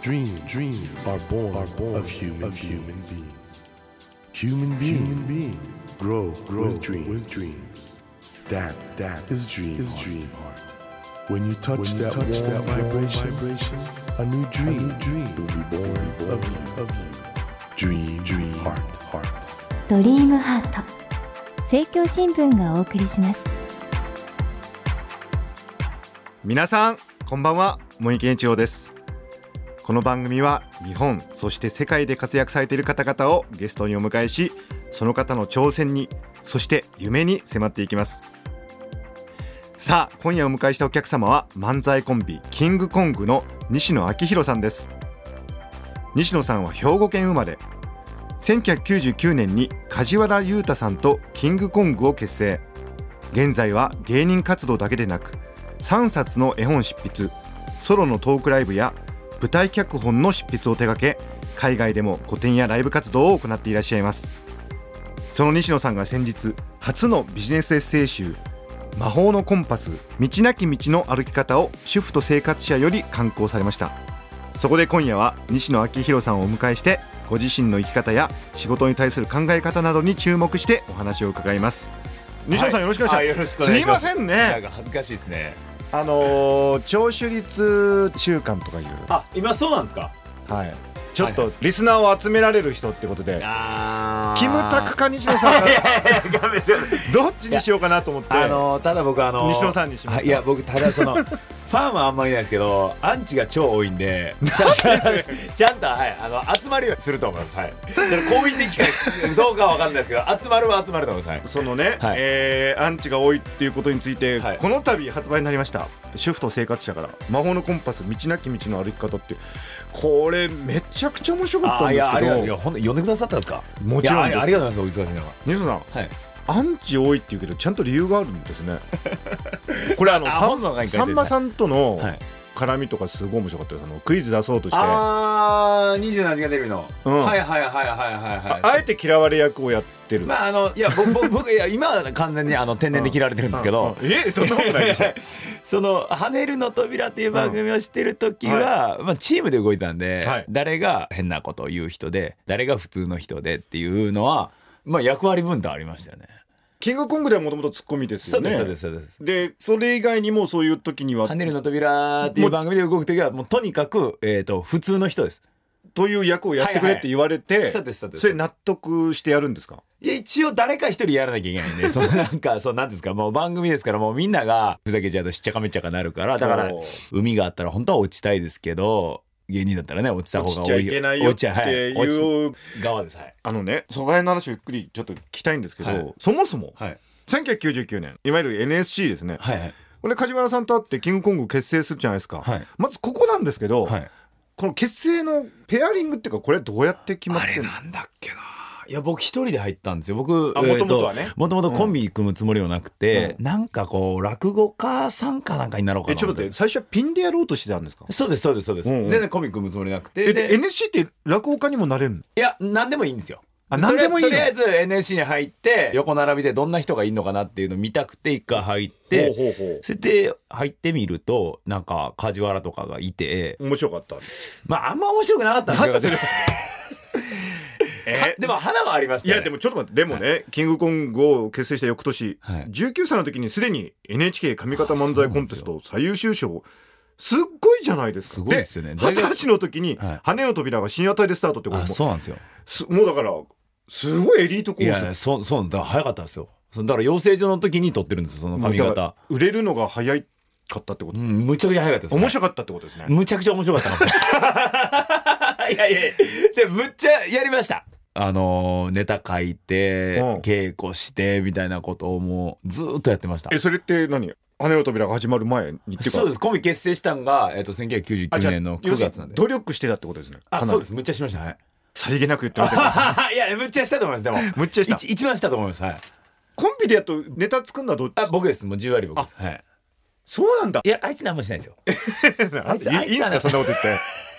Dreams are born of human beings. Human beings grow with dreams. That is dream heart. When you touch that vibration, a new dream will be born of you. Dream heart. ドリームハート、政教新聞がお送りします。 皆さんこんばんは、森健一郎です。この番組は日本そして世界で活躍されている方々をゲストにお迎えし、その方の挑戦にそして夢に迫っていきます。さあ今夜お迎えしたお客様は漫才コンビキングコングの西野昭弘さんです。西野さんは兵庫県生まれ、1999年に梶原裕太さんとキングコングを結成。現在は芸人活動だけでなく3冊の絵本執筆、ソロのトークライブや舞台脚本の執筆を手掛け、海外でも個展やライブ活動を行っていらっしゃいます。その西野さんが先日初のビジネスエッセイ集魔法のコンパス、道なき道の歩き方を主婦と生活者より刊行されました。そこで今夜は西野昭弘さんをお迎えして、ご自身の生き方や仕事に対する考え方などに注目してお話を伺います。西野さん、よろしくお願いします。 よろしくお願いします。 すいませんね、 なんか恥ずかしいですね。 聴取率週間とかいう、 今そうなんですか。 はい、ちょっとリスナーを集められる人ってことで、キムタクか西野さんかどっちにしようかなと思って、ただ僕西野さんにしました。 いや僕ただファンはあんまりいないですけど、アンチが超多いんでちゃんと、集まるようにすると思います。はい、それ公認で聞かどうかは分かんないですけど、集まるは集まると思います。はい、 そのね、アンチが多いっていうことについて、この度発売になりました主婦と生活者から魔法のコンパス、道なき道の歩き方っていう、これめちゃくちゃ面白かったんですけど。 いや本当読んでくださったんですか。 もちろんです。 ありがとうございます。お忙しい中。 西野さん、アンチ多いって言うけどちゃんと理由があるんですね。これさんまさんとの絡みとかすごい面白かったです。クイズ出そうとして、 27時間テレビの、はいあえて嫌われ役をやってる。 いや僕今は完全に天然で嫌われてるんですけど、 そんなことないでしょ。 その跳ねるの扉っていう番組をしてる時は、チームで動いたんで、誰が変なことを言う人で誰が普通の人でっていうのは、役割分担ありましたよね。 キングコングではもともとツッコミですよね。 そうです。 でそれ以外にもそういう時には跳ねるの扉っていう番組で動く時はもうとにかく、普通の人ですという役をやってくれって言われて、 そうです。 それ納得してやるんですか。 いや一応誰か一人やらなきゃいけないんでなんですか、もう番組ですから、もうみんながふざけちゃうとしっちゃかめっちゃかなるから、だから海があったら本当は落ちたいですけど、芸人だったらね、落ちた方が多い。 落ちちゃいけないよっていう側です。 その辺の話をゆっくりちょっと聞きたいんですけど、そもそも、1999年いわゆる NSC ですね。これ梶原さんと会ってキングコング結成するじゃないですか。まずここなんですけど、この結成のペアリングっていうか、これどうやって決まってるの？ あれなんだっけな。いや僕一人で入ったんですよ。僕もともとはね、 もともとコンビ組むつもりはなくて、なんかこう落語家さんかなんかになろうかな。 ちょっと待って、最初はピンでやろうとしてたんですか？ そうです、全然コンビ組むつもりなくて。 NSC って落語家にもなれるの？いや何でもいいんですよ。 何でもいいの？ とりあえず NSC に入って横並びでどんな人がいるのかなっていうのを見たくて一回入って、それで入ってみるとなんか梶原とかがいて面白かった。 あんま面白くなかったんですけどでも花はありましたね。 いやでもちょっと待って、でもね、キングコングを結成した翌年、19歳の時にすでに NHK 上方漫才コンテスト最優秀賞、すっごいじゃないですか。 すごいですよね。 20歳の時に羽根の扉が深夜帯でスタートってことも、 そうなんですよ。 もうだからすごいエリートコース。 いやそうだから早かったですよ。だから養成所の時に撮ってるんですよ、その髪型。 売れるのが早かったってこと。 むちゃくちゃ早かったです。 面白かったってことですね。 むちゃくちゃ面白かったいやでむっちゃやりました。ネタ書いて、稽古してみたいなことをもうずっとやってました。 それって何？羽の扉が始まる前にっていうか。 そうです。コンビ結成したんが、1999年の9月なんで。 努力してたってことですね。 そうです。むっちゃしました。はい。 さりげなく言ってましたいやむっちゃしたと思います。でもむっちゃした。 一番したと思います。はい。 コンビでやっとネタ作るのはどっち？ 僕です。もう10割僕です。はい。 そうなんだ。 いやあいつ何もしないですよ。 いいんですかそんなこと言って。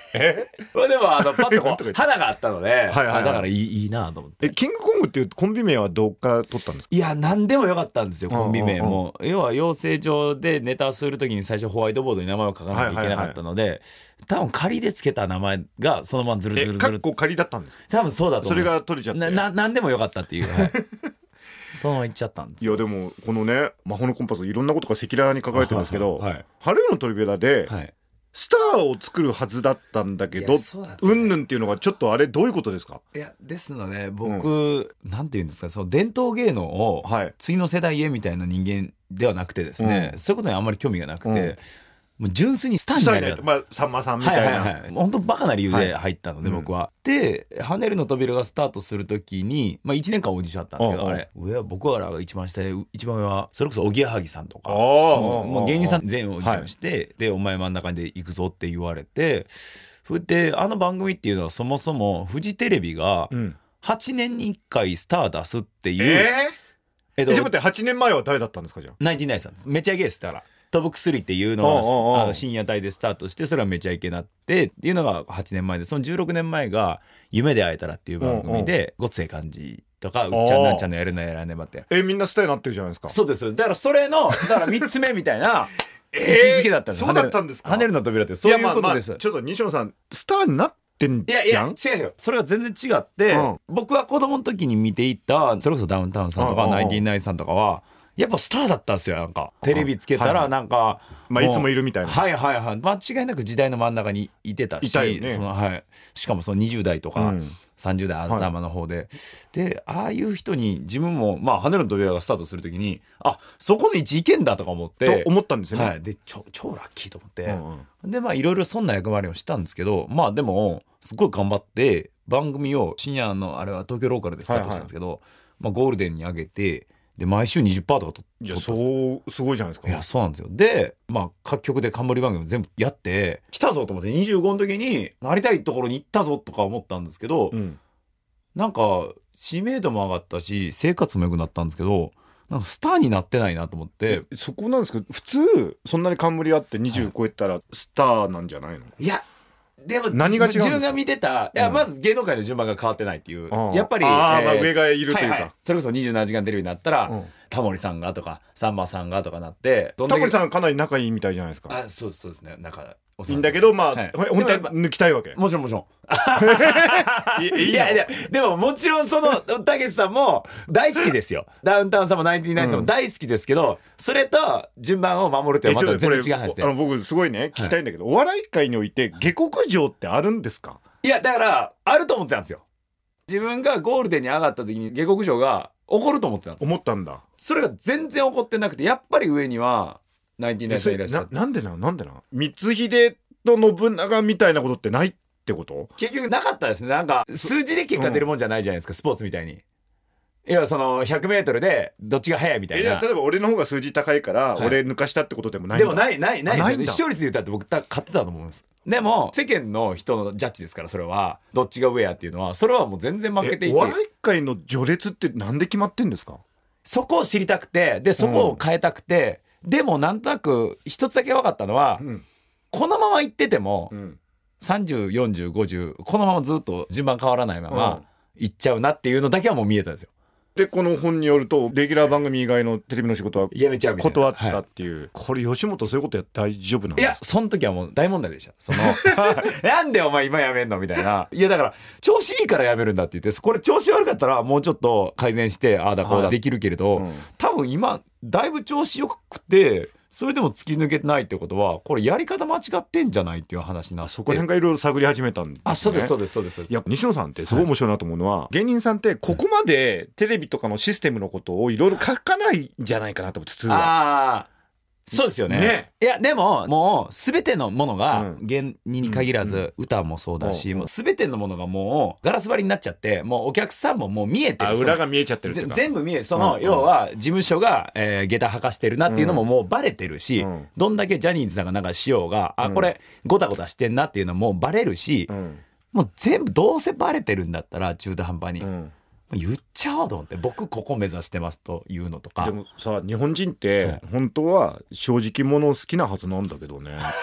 まあでもパッとことか言ってう花があったので、 はいはいはいだからいいなと思って。 キングコングっていうコンビ名はどっから取ったんですか？ いや何でもよかったんですよ、コンビ名うんうんも。要は養成所でネタをするときに最初ホワイトボードに名前を書かなきゃいけなかったので、多分仮でつけた名前がそのままずるずるずる、 カッコ仮だったんですか？ 多分そうだとそれ思います。 が取れちゃって何でもよかったっていう、はい、そのまま言っちゃったんですよ。 いやでもこのね魔法のコンパスいろんなことが赤裸々に書かれてるんですけど、 はい春のトリベラで、 はいスターを作るはずだったんだけどいやそうなんですよねうんぬんっていうのがちょっとあれどういうことですか？ いやですので僕、なんていうんですか、その伝統芸能をはい次の世代へみたいな人間ではなくてですね、そういうことにあんまり興味がなくて、もう純粋にスターになりたい。 まあさんまさんみたいな、 はいはいはい、本当バカな理由で入ったので、 はい僕は。でハネルの扉がスタートするときに、1年間オーディションあったんですけど、あれ上は僕らが一番下で一番上はそれこそおぎやはぎさんとか、もう芸人さん全員オーディションして、でお前真ん中で行くぞって言われて、で番組っていうのはそもそもフジテレビが8年に1回スター出すっていう、 ちょっと待って8年前は誰だったんですか？じゃあナインティナインさんです。めちゃイケですから飛ぶ薬っていうのが深夜帯でスタートして、それはめちゃイケになってっていうのが8年前で、その16年前が夢で会えたらっていう番組でごっつええ感じとかうっちゃんなんちゃんのやるなやらねばって、 みんなスターになってるじゃないですか。 そうです。だからそれの3つ目みたいな位置づけだったんです。 そうだったんですか？ ハネルの扉ってそういうことです。 ちょっと西野さんスターになってんじゃん。 いや違うよ、それは全然違って、僕は子供の時に見ていたそれこそダウンタウンさんとかナインティナインさんとかはやっぱスターだったんですよ。なんかテレビつけたらなんか、 いつもいるみたいな。 はいはいはい、間違いなく時代の真ん中にいてたし、 いたよね。 しかもその20代とか、30代頭の方で、でああいう人に自分もハネルの扉がスタートするときにそこの位置いけんだとか思ってと思ったんですよね。 で超ラッキーと思って、でいろいろそんな役割をしたんですけど、でもすごい頑張って番組を深夜のあれは東京ローカルでスタートしたんですけど、ゴールデンに上げて、で毎週 20% とかいやそうすごいじゃないですか。 いやそうなんですよ。で各局で冠番組全部やって来たぞと思って25の時になりたいところに行ったぞとか思ったんですけど、なんか知名度も上がったし生活も良くなったんですけど、なんかスターになってないなと思って。 そこなんですけど、普通そんなに冠あって20超えたらスターなんじゃないの？ いやでも何が違うんですか？ 自分が見てた、まず芸能界の順番が変わってないっていう、やっぱり、 上がいるというか、 それこそ27時間テレビになったら、タモリさんがとかさんまさんがとかなって、 タモリさんかなり仲いいみたいじゃないですか。 そうですね、仲いいんだけど本当は抜きたいわけ。 もちろんいやでももちろんそのたけしさんも大好きですよ。ダウンタウンさんもナインティナインさんも大好きですけど、それと順番を守るってまた全然違う話で、 僕すごいね聞きたいんだけど、お笑い界において下克上ってあるんですか？ いやだからあると思ってたんですよ。自分がゴールデンに上がった時に下克上が起こると思ってたんです。 思ったんだ。 それが全然起こってなくて、やっぱり上にはナインティナインさんいらっしゃって、 なんでな光秀と信長みたいなことってないってこと？ 結局なかったですね。なんか数字で結果出るもんじゃないじゃないですか、スポーツみたいに。いやその 100m でどっちが速いみたいな。 例えば俺の方が数字高いから、俺抜かしたってことでもないんだ。 でもないですよ。視聴率で言ったって僕勝ってたと思うんです。でも世間の人のジャッジですから、それはどっちが上やっていうのは、それはもう全然負けていて、 お笑い界の序列ってなんで決まってんですか？ そこを知りたくて、でそこを変えたくて、でもなんとなく一つだけ分かったのは、このまま行ってても、30、40、50このままずっと順番変わらないまま行っちゃうなっていうのだけはもう見えたんですよ。 でこの本によるとレギュラー番組以外のテレビの仕事はやめちゃうみたいな断ったっていう、これ吉本そういうことやって大丈夫なんですか？ いやその時はもう大問題でした。そのなんでお前今やめんのみたいな。いやだから調子いいからやめるんだって言って、これ調子悪かったらもうちょっと改善してああだこうだできるけれど、多分今だいぶ調子よくてそれでも突き抜けてないってことは、これやり方間違ってんじゃないっていう話になって、 そこら辺がいろいろ探り始めたんですね。 そうですいや西野さんってすごい面白いなと思うのは、芸人さんってここまでテレビとかのシステムのことをいろいろ書かないんじゃないかなと思って、普通は。 そうですよね。いやでももう全てのものが、芸人に限らず、歌もそうだし、もう全てのものがもうガラス張りになっちゃって、もうお客さんももう見えてる、 裏が見えちゃってるっていうか、 全部見え、その、要は事務所が、下駄履かしてるなっていうのももうバレてるし、どんだけジャニーズさんがなんかしようが、これゴタゴタしてんなっていうのもバレるし、もう全部どうせバレてるんだったら中途半端に、言っちゃおうと思って、僕ここ目指してますというのとか。 でもさ、日本人って本当は正直者好きなはずなんだけどね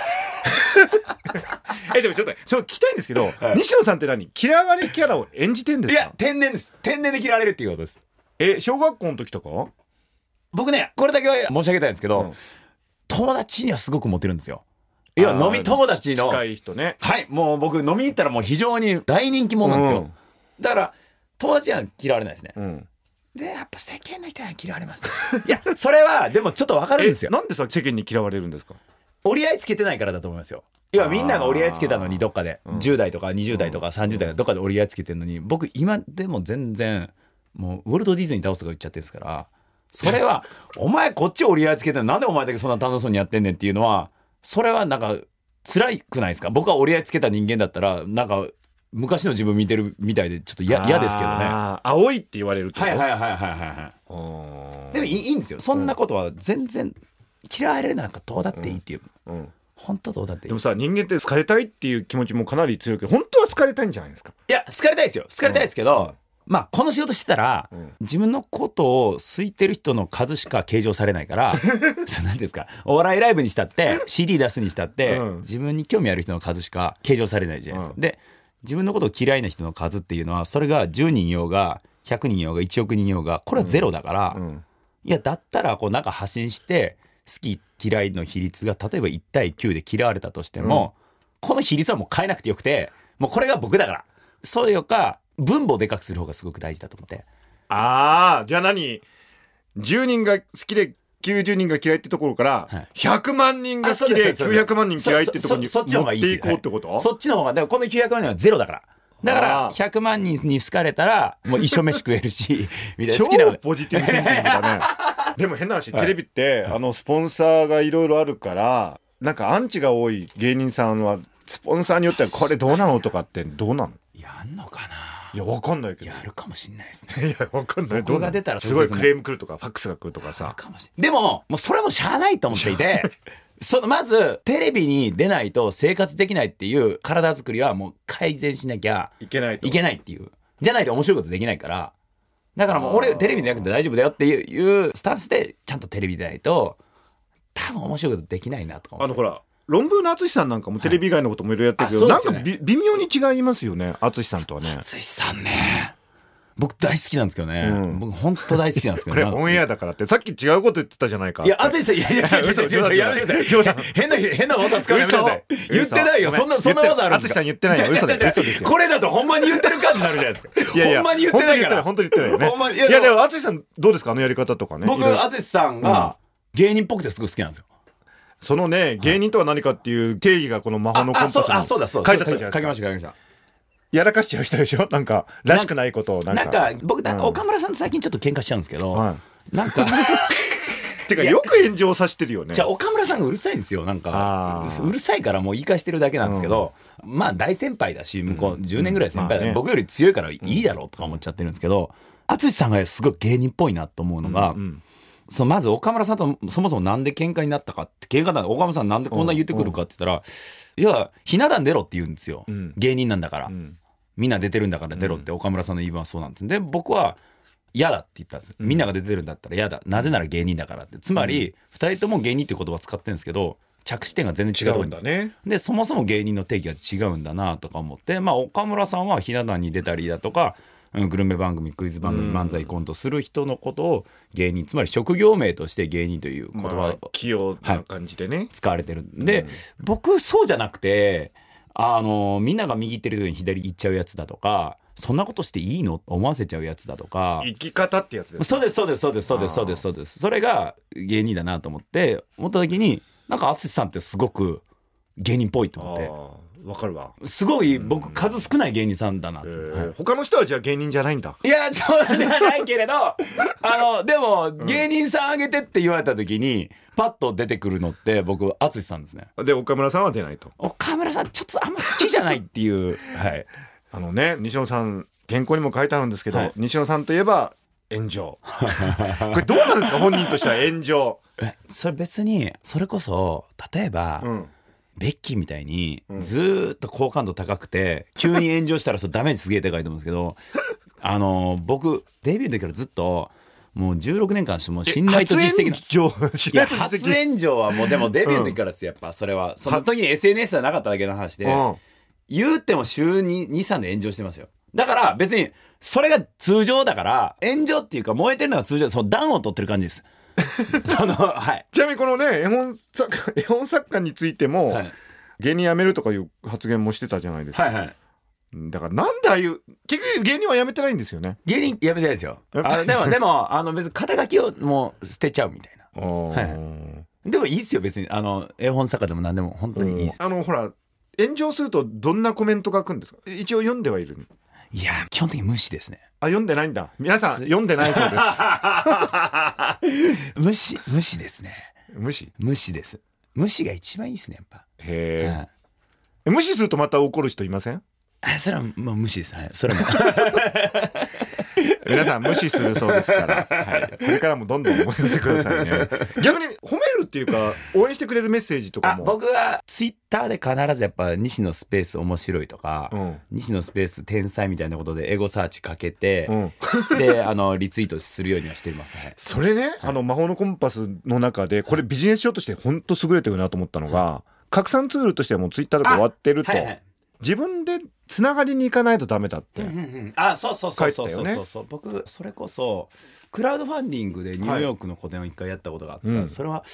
でもちょっとねそう聞きたいんですけど、西野さんって嫌われキャラを演じてんですか？ いや天然です。天然で嫌われるっていうことです。 小学校の時とか僕ねこれだけは申し上げたいんですけど、友達にはすごくモテるんですよ。要は飲み友達の近い人ね。 はい、もう僕飲みに行ったらもう非常に大人気者なんですよ、だから友達は嫌われないですね、でやっぱ世間の人は嫌われますねいやそれはでもちょっと分かるんですよ。 なんでさ世間に嫌われるんですか？ 折り合いつけてないからだと思いますよ。要はみんなが折り合いつけたのにどっかで10代とか20代とか30代どっかで折り合いつけてるのに、僕今でも全然もうウォルト・ディズニー倒すとか言っちゃってるんですから、それはお前こっち折り合いつけてるのなんでお前だけそんな楽しそうにやってんねんっていうのは、それはなんか辛くないですか？僕は折り合いつけた人間だったらなんか昔の自分見てるみたいでちょっと嫌ですけどね。 青いって言われると。 はいでもいいんですよ。そんなことは全然嫌われるなんかどうだっていいっていう、本当どうだっていい。 でもさ人間って好かれたいっていう気持ちもかなり強いけど、本当は好かれたいんじゃないですか？いや好かれたいですよ。好かれたいですけど、まあこの仕事してたら、自分のことを好いてる人の数しか計上されないから何ですか、お笑いライブにしたって CD 出すにしたって、自分に興味ある人の数しか計上されないじゃないですか、で自分のことを嫌いな人の数っていうのはそれが10人いようが100人いようが1億人いようがこれはゼロだから、いやだったらこうなんか発信して好き嫌いの比率が例えば1対9で嫌われたとしても、この比率はもう変えなくてよくて、もうこれが僕だから、そういうか分母をでかくする方がすごく大事だと思って。 じゃあ10人が好きで90人が嫌いってところから100万人が好きで900万人嫌いってところに持っていこうってこと？ そっちの方がだからこの900万人はゼロだから、だから100万人に好かれたらもう一生飯食えるしみたいな。好きな超ポジティブシンキングだねでも変な話、テレビってスポンサーがいろいろあるからなんかアンチが多い芸人さんはスポンサーによってはこれどうなのとかってどうなの？ やんのかな。 いや分かんないけど。 やるかもしんないですね。 いや分かんない。 僕が出たらすごいクレーム来るとかファックスが来るとかさ。 でももうそれもしゃあないと思っていてまずテレビに出ないと生活できないっていう体作りはもう改善しなきゃいけないっていう、じゃないと面白いことできないから、だからもう俺テレビでなくて大丈夫だよっていうスタンスでちゃんとテレビでないと多分面白いことできないなとか思って。 ほら論文の淳さんなんかもテレビ以外のこともいろいろやってるけど、なんか微妙に違いますよね淳さんとはね。 淳さんね僕大好きなんですけどね、僕本当大好きなんですけど、 これオンエアだからってさっき違うこと言ってたじゃないか。 いや淳さんいややめてください。変な技使わないでください。言ってないよ。そんな技あるんですか？ 淳さん言ってないよ。嘘ですよ。 これだとほんまに言ってる感じになるじゃないですか。ほんまに言ってないから。 本当に言ってないよね。いやでも淳さんどうですかやり方とかね。 僕淳さんが芸人っぽくてすごい好きなんですよ。 そのね芸人とは何かっていう定義がこの魔法のコンパスに書いてあったじゃないですか。 書きましたやらかしちゃう人でしょ。なんからしくないことをなんか僕岡村さんと最近ちょっと喧嘩しちゃうんですけど、なんかてかよく炎上させてるよね。 じゃあ岡村さんがうるさいんですよ。なんかうるさいからもう言い返してるだけなんですけど、まあ大先輩だし向こう10年ぐらい先輩だ、僕より強いからいいだろうとか思っちゃってるんですけど、淳さんがすごい芸人っぽいなと思うのが、まず岡村さんとそもそもなんで喧嘩になったかって、喧嘩なんで岡村さんなんでこんな言ってくるかって言ったら、いやひな壇出ろって言うんですよ、芸人なんだから、みんな出てるんだから出ろって岡村さんの言い分はそうなんです。で僕は嫌だって言ったんです。みんなが出てるんだったら嫌だ、なぜなら芸人だからって。つまり2人とも芸人っていう言葉を使ってるんですけど着地点が全然違うんだね。でそもそも芸人の定義が違うんだなとか思って、岡村さんはひな壇に出たりだとかグルメ番組クイズ番組漫才コントする人のことを芸人、つまり職業名として芸人という言葉を器用な感じでね、 使われてるんで、僕そうじゃなくてみんなが右行ってる時に左行っちゃうやつだとか、そんなことしていいの思わせちゃうやつだとか、 生き方ってやつです。 そうです。それが芸人だなと思った時に、なんか淳さんってすごく芸人っぽいと思って。 わかるわ。 すごい僕数少ない芸人さんだな、 他の人はじゃあ芸人じゃないんだ。 いやそうではないけれどでも芸人さんあげてって言われた時にパッと出てくるのって僕淳さんですね。 で岡村さんは出ないと。 岡村さんちょっとあんま好きじゃないっていうはい西野さん原稿にも書いてあるんですけど、西野さんといえば炎上これどうなんですか本人としては炎上それ別にそれこそ例えば、ベッキーみたいにずーっと好感度高くて急に炎上したらそれダメージすげえでかいと思うんですけど僕デビューの時からずっともう16年間してもう信頼と実績のいや初炎上はもうでもデビューの時からですよ。やっぱそれはその時に SNS はなかっただけの話で、言うても週に 2,3 で炎上してますよ。だから別にそれが通常だから炎上っていうか燃えてるのが通常、その暖を取ってる感じですはい、 ちなみにこのね絵本作家についても、はい、芸人辞めるとかいう発言もしてたじゃないですか。はいはい、だからなんでああいう結局芸人は辞めてないんですよね。 芸人辞めてないですよ。でも別に肩書きをもう捨てちゃうみたいな、はい、でもいいですよ別に絵本作家でも何でも本当にいいです。 ほら炎上するとどんなコメントが来るんですか。一応読んではいる。 いや基本的に無視ですね。 読んでないんだ。皆さん読んでないそうです無視ですね。 無視です。無視が一番いいですねやっぱ。 へえ、無視するとまた怒る人いません。 それはもう無視です。はい、それも皆さん無視するそうですから、はい、これからもどんどんお寄せくださいね。逆に褒めるっていうか応援してくれるメッセージとかも。 僕はツイッターで必ずやっぱ西野スペース面白いとか、西野スペース天才みたいなことでエゴサーチかけて、でリツイートするようにはしています。はい、それね、 魔法のコンパスの中でこれビジネス書として本当優れてるなと思ったのが、拡散ツールとしてはもうツイッターとか終わってると、自分でつながりに行かないとダメだって、 そう僕それこそクラウドファンディングでニューヨークの個展を一回やったことがあった、それは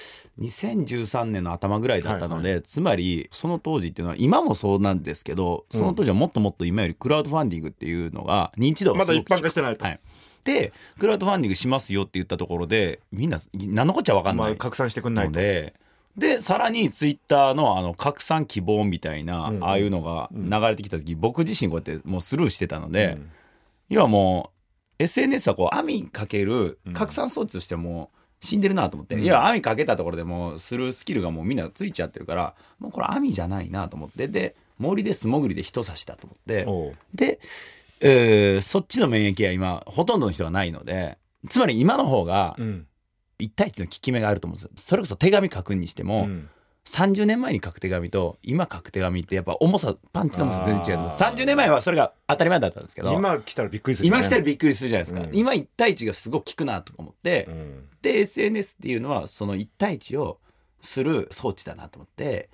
2013年の頭ぐらいだったので、つまりその当時っていうのは今もそうなんですけど、その当時はもっともっと今よりクラウドファンディングっていうのが認知度がすごくまだ一般化してないと、 でクラウドファンディングしますよって言ったところでみんな何のこっちゃ分かんない、 拡散してくんないと。 でさらにツイッターの拡散希望みたいな、ああいうのが流れてきた時、僕自身こうやってもうスルーしてたので、要はもう SNS はこう網かける拡散装置としても死んでるなと思って、いや網かけたところでもうスルースキルがもうみんなついちゃってるから、もうこれ網じゃないなと思って、で森で素潜りで人刺したと思って、で、そっちの免疫は今ほとんどの人がないので、つまり今の方が、1対1の効き目があると思うんですよ。それこそ手紙書くにしても、30年前に書く手紙と今書く手紙ってやっぱ重さパンチの重さ全然違う。30年前はそれが当たり前だったんですけど、 今来たらびっくりする、ね、 今来たらびっくりするじゃないですか、今1対1がすごく効くなと思って、で SNS っていうのはその1対1をする装置だなと思って、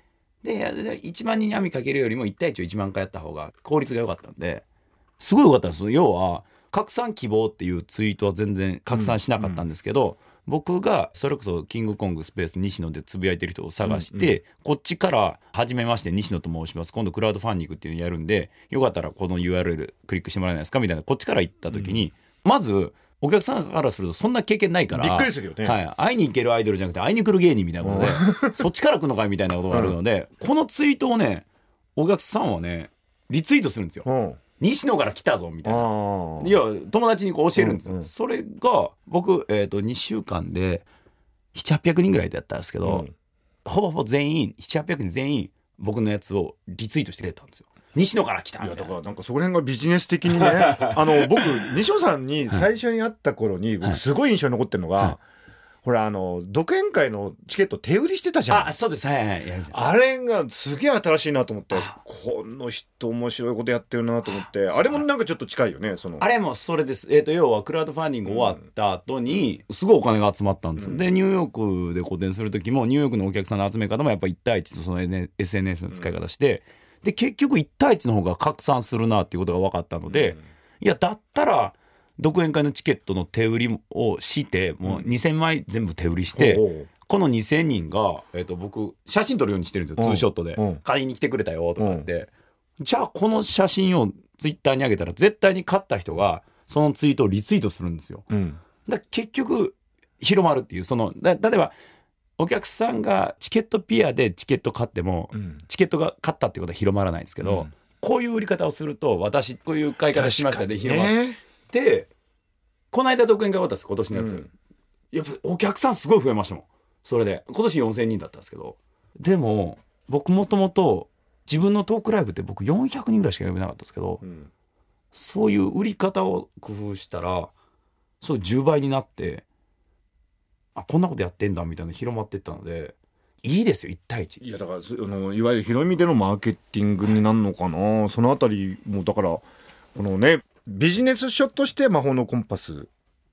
で1万人に網かけるよりも1対1を1万回やった方が効率が良かったんで、すごい良かったんです。要は拡散希望っていうツイートは全然拡散しなかったんですけど、僕がそれこそキングコングスペース西野でつぶやいてる人を探して、こっちから初めまして西野と申します、今度クラウドファンディングっていうのをやるんでよかったらこの URL クリックしてもらえないですかみたいな、こっちから行った時に、まずお客さんからするとそんな経験ないからびっくりするよね、 会いに行けるアイドルじゃなくて会いに来る芸人みたいなことでそっちから来るのかいみたいなことがあるので、このツイートをねお客さんはねリツイートするんですよ、西野から来たぞみたいな、いや友達にこう教えるんですよ、それが僕、2週間で700-800人ぐらいだったんですけど、ほぼほぼ全員700-800人全員僕のやつをリツイートしてくれたんですよ。西野から来たみたいな。 いやだからなんかそこら辺がビジネス的にね僕西野さんに最初に会った頃に、僕すごい印象に残ってるのが、ほら独演会のチケット手売りしてたじゃん。 そうです、 あれがすげえ新しいなと思って、この人面白いことやってるなと思って、あれもなんかちょっと近いよね。 あれもそれです。要はクラウドファンディング終わった後にすごいお金が集まったんですよ、でニューヨークで個展する時もニューヨークのお客さんの集め方もやっぱ1対1とその SNS の使い方して、で結局1対1の方が拡散するなっていうことが分かったので、いやだったら独演会のチケットの手売りをしてもう2000枚全部手売りして、この2000人が、僕写真撮るようにしてるんですよ、ツーショットで、買いに来てくれたよとかって、じゃあこの写真をツイッターに上げたら絶対に買った人がそのツイートをリツイートするんですよ、だ結局広まるっていう、例えばお客さんがチケットピアでチケット買っても、チケットが買ったってことは広まらないんですけど、こういう売り方をすると、私こういう買い方しましたで広まる。でこの間独演会終わったんです、今年のやつ、やっぱお客さんすごい増えましたもん。それで今年4000人だったんですけど、でも僕もともと自分のトークライブって僕400人ぐらいしか呼べなかったんですけど、そういう売り方を工夫したらそう10倍になって、こんなことやってんだみたいな広まっていったので、いいですよ1対1。 いやだからいわゆる広い意味でのマーケティングになるのかな、そのあたりもだからこのねビジネス書として魔法のコンパス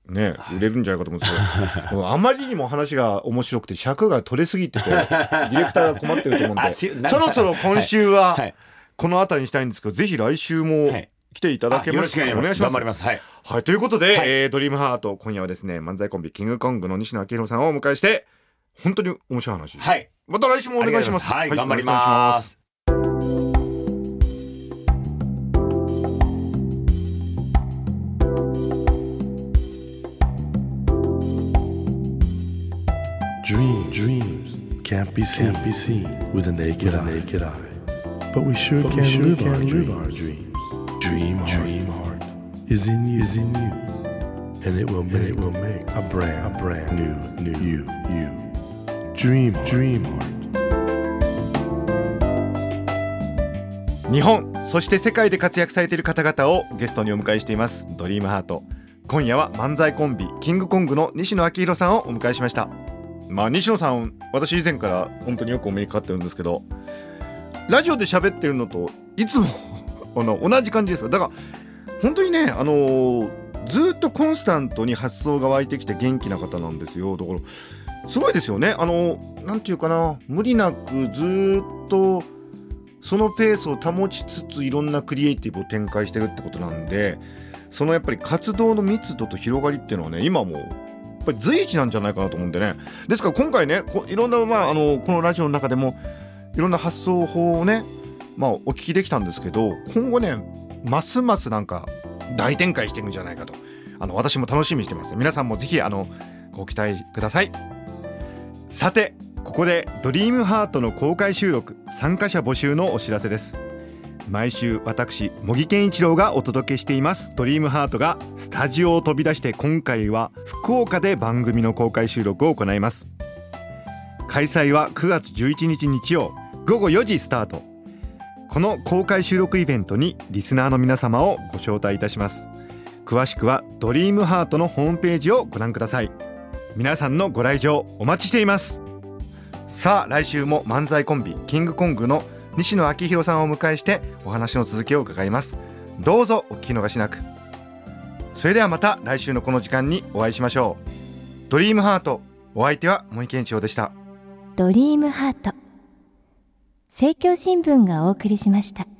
ね、売れるんじゃないかと思うんですけどあまりにも話が面白くて尺が取れすぎててディレクターが困ってると思うんでそろそろ今週はこの辺りにしたいんですけど、ぜひ来週も来ていただけますか。お願いします。 頑張ります。はい、 はい、ということで、ドリームハート、今夜はですね、漫才コンビキングコングの西野昭弘さんをお迎えして本当に面白い話、 はい、 また来週もお願いします。 はい、頑張ります。 Dreams can't be seen with a naked eye. But we sure can live our dreams. Dream heart is in you, and it will make a brand new you. Dream heart. 日本そして世界で活躍されている方々をゲストにお迎えしていますドリームハート。今夜は漫才コンビキングコングの西野昭弘さんをお迎えしました。西野さん、私以前から本当によくお目にかかってるんですけど、ラジオで喋ってるのといつも同じ感じです。だから本当にね、ずっとコンスタントに発想が湧いてきて元気な方なんですよ。だからすごいですよね。なんていうかな、無理なくずっとそのペースを保ちつついろんなクリエイティブを展開してるってことなんで、そのやっぱり活動の密度と広がりっていうのはね、今もやっぱり随一なんじゃないかなと思うんでね。ですから今回ね、いろんな、このラジオの中でもいろんな発想法をね、お聞きできたんですけど、今後ね、ますますなんか大展開していくんじゃないかと私も楽しみにしてます。皆さんもぜひご期待ください。さて、ここでドリームハートの公開収録参加者募集のお知らせです。毎週私茂木健一郎がお届けしていますドリームハートがスタジオを飛び出して、今回は福岡で番組の公開収録を行います。開催は9月11日日曜午後4時スタート。この公開収録イベントにリスナーの皆様をご招待いたします。詳しくはドリームハートのホームページをご覧ください。皆さんのご来場お待ちしています。さあ、来週も漫才コンビキングコングの西野昭弘さんをお迎えしてお話の続きを伺います。どうぞお聞き逃しなく。それではまた来週のこの時間にお会いしましょう。ドリームハート、お相手は森健一郎でした。 ドリームハート、政教新聞がお送りしました。